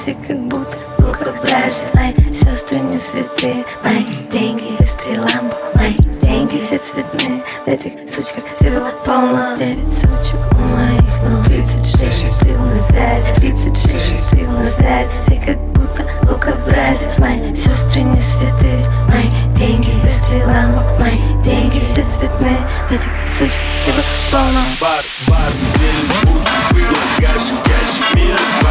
все как будто лукобразие. Мои сестры не святые, мои деньги быстрее ламбо, мои деньги все цветные. В этих сучках всего полно. 9 сучек у моих, ну 36 стрел на связи, 36 стрел на связи. Все как будто лукобразие. Мои сестры не святые, мои деньги быстрее ламбо, мои деньги все цветные. В этих сучках всего полно. Бар, бар, неделю в путь, предлагаешь, ящик мира.